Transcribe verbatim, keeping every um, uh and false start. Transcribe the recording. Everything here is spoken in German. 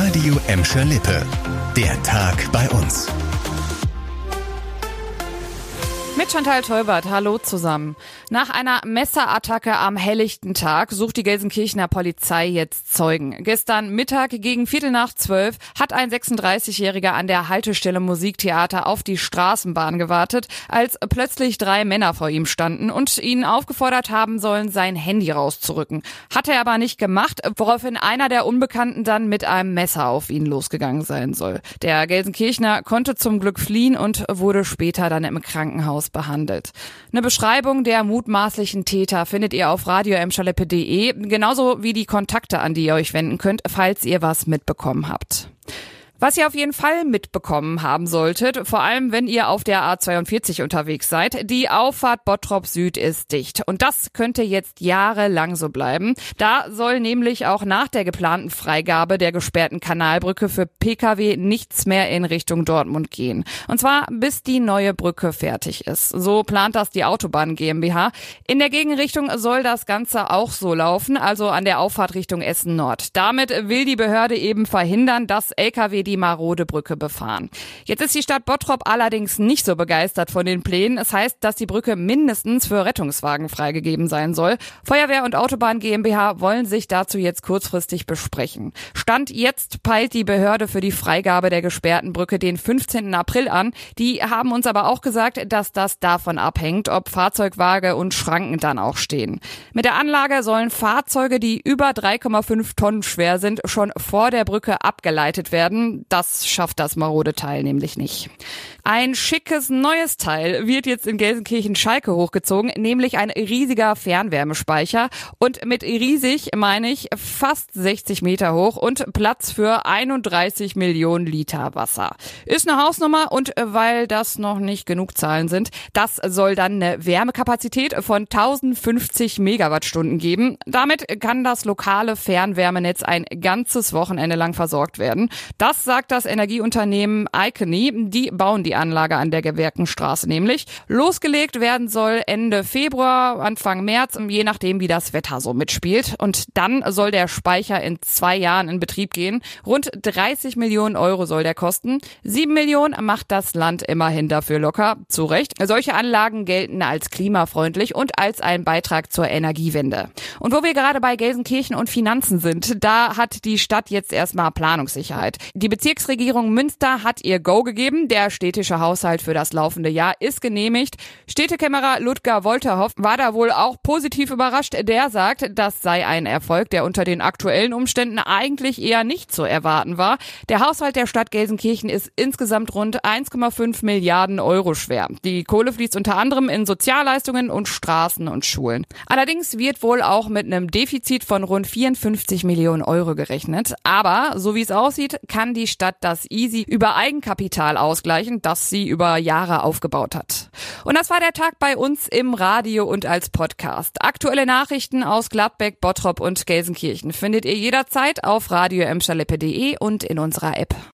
Radio Emscher Lippe. Der Tag bei uns. Mit Chantal Teubert, hallo zusammen. Nach einer Messerattacke am helllichten Tag sucht die Gelsenkirchener Polizei jetzt Zeugen. Gestern Mittag gegen Viertel nach zwölf hat ein sechsunddreißigjähriger an der Haltestelle Musiktheater auf die Straßenbahn gewartet, als plötzlich drei Männer vor ihm standen und ihn aufgefordert haben sollen, sein Handy rauszurücken. Hat er aber nicht gemacht, woraufhin einer der Unbekannten dann mit einem Messer auf ihn losgegangen sein soll. Der Gelsenkirchner konnte zum Glück fliehen und wurde später dann im Krankenhaus behandelt. Eine Beschreibung der mutmaßlichen Täter findet ihr auf radio emscher lippe punkt de, genauso wie die Kontakte, an die ihr euch wenden könnt, falls ihr was mitbekommen habt. Was ihr auf jeden Fall mitbekommen haben solltet, vor allem wenn ihr auf der A zweiundvierzig unterwegs seid, die Auffahrt Bottrop Süd ist dicht. Und das könnte jetzt jahrelang so bleiben. Da soll nämlich auch nach der geplanten Freigabe der gesperrten Kanalbrücke für Pkw nichts mehr in Richtung Dortmund gehen. Und zwar bis die neue Brücke fertig ist. So plant das die Autobahn GmbH. In der Gegenrichtung soll das Ganze auch so laufen, also an der Auffahrt Richtung Essen Nord. Damit will die Behörde eben verhindern, dass L K W die marode Brücke befahren. Jetzt ist die Stadt Bottrop allerdings nicht so begeistert von den Plänen. Es heißt, dass die Brücke mindestens für Rettungswagen freigegeben sein soll. Feuerwehr und Autobahn GmbH wollen sich dazu jetzt kurzfristig besprechen. Stand jetzt peilt die Behörde für die Freigabe der gesperrten Brücke den fünfzehnten April an. Die haben uns aber auch gesagt, dass das davon abhängt, ob Fahrzeugwaage und Schranken dann auch stehen. Mit der Anlage sollen Fahrzeuge, die über drei Komma fünf Tonnen schwer sind, schon vor der Brücke abgeleitet werden. Das schafft das marode Teil nämlich nicht. Ein schickes neues Teil wird jetzt in Gelsenkirchen-Schalke hochgezogen, nämlich ein riesiger Fernwärmespeicher. Und mit riesig meine ich fast sechzig Meter hoch und Platz für einunddreißig Millionen Liter Wasser. Ist eine Hausnummer und weil das noch nicht genug Zahlen sind, das soll dann eine Wärmekapazität von tausendfünfzig Megawattstunden geben. Damit kann das lokale Fernwärmenetz ein ganzes Wochenende lang versorgt werden. Das sagt das Energieunternehmen Icony. Die bauen die Anlage an der Gewerkenstraße nämlich. Losgelegt werden soll Ende Februar, Anfang März, je nachdem wie das Wetter so mitspielt. Und dann soll der Speicher in zwei Jahren in Betrieb gehen. Rund dreißig Millionen Euro soll der kosten. Sieben Millionen macht das Land immerhin dafür locker. Zu Recht. Solche Anlagen gelten als klimafreundlich und als ein Beitrag zur Energiewende. Und wo wir gerade bei Gelsenkirchen und Finanzen sind, da hat die Stadt jetzt erstmal Planungssicherheit. Die Bezirksregierung Münster hat ihr Go gegeben. Der städtische Haushalt für das laufende Jahr ist genehmigt. Städtekämmerer Ludger Wolterhoff war da wohl auch positiv überrascht. Der sagt, das sei ein Erfolg, der unter den aktuellen Umständen eigentlich eher nicht zu erwarten war. Der Haushalt der Stadt Gelsenkirchen ist insgesamt rund eins Komma fünf Milliarden Euro schwer. Die Kohle fließt unter anderem in Sozialleistungen und Straßen und Schulen. Allerdings wird wohl auch mit einem Defizit von rund vierundfünfzig Millionen Euro gerechnet. Aber so wie es aussieht, kann die Stadt das easy über Eigenkapital ausgleichen, das sie über Jahre aufgebaut hat. Und das war der Tag bei uns im Radio und als Podcast. Aktuelle Nachrichten aus Gladbeck, Bottrop und Gelsenkirchen findet ihr jederzeit auf radio emscher lippe punkt de und in unserer App.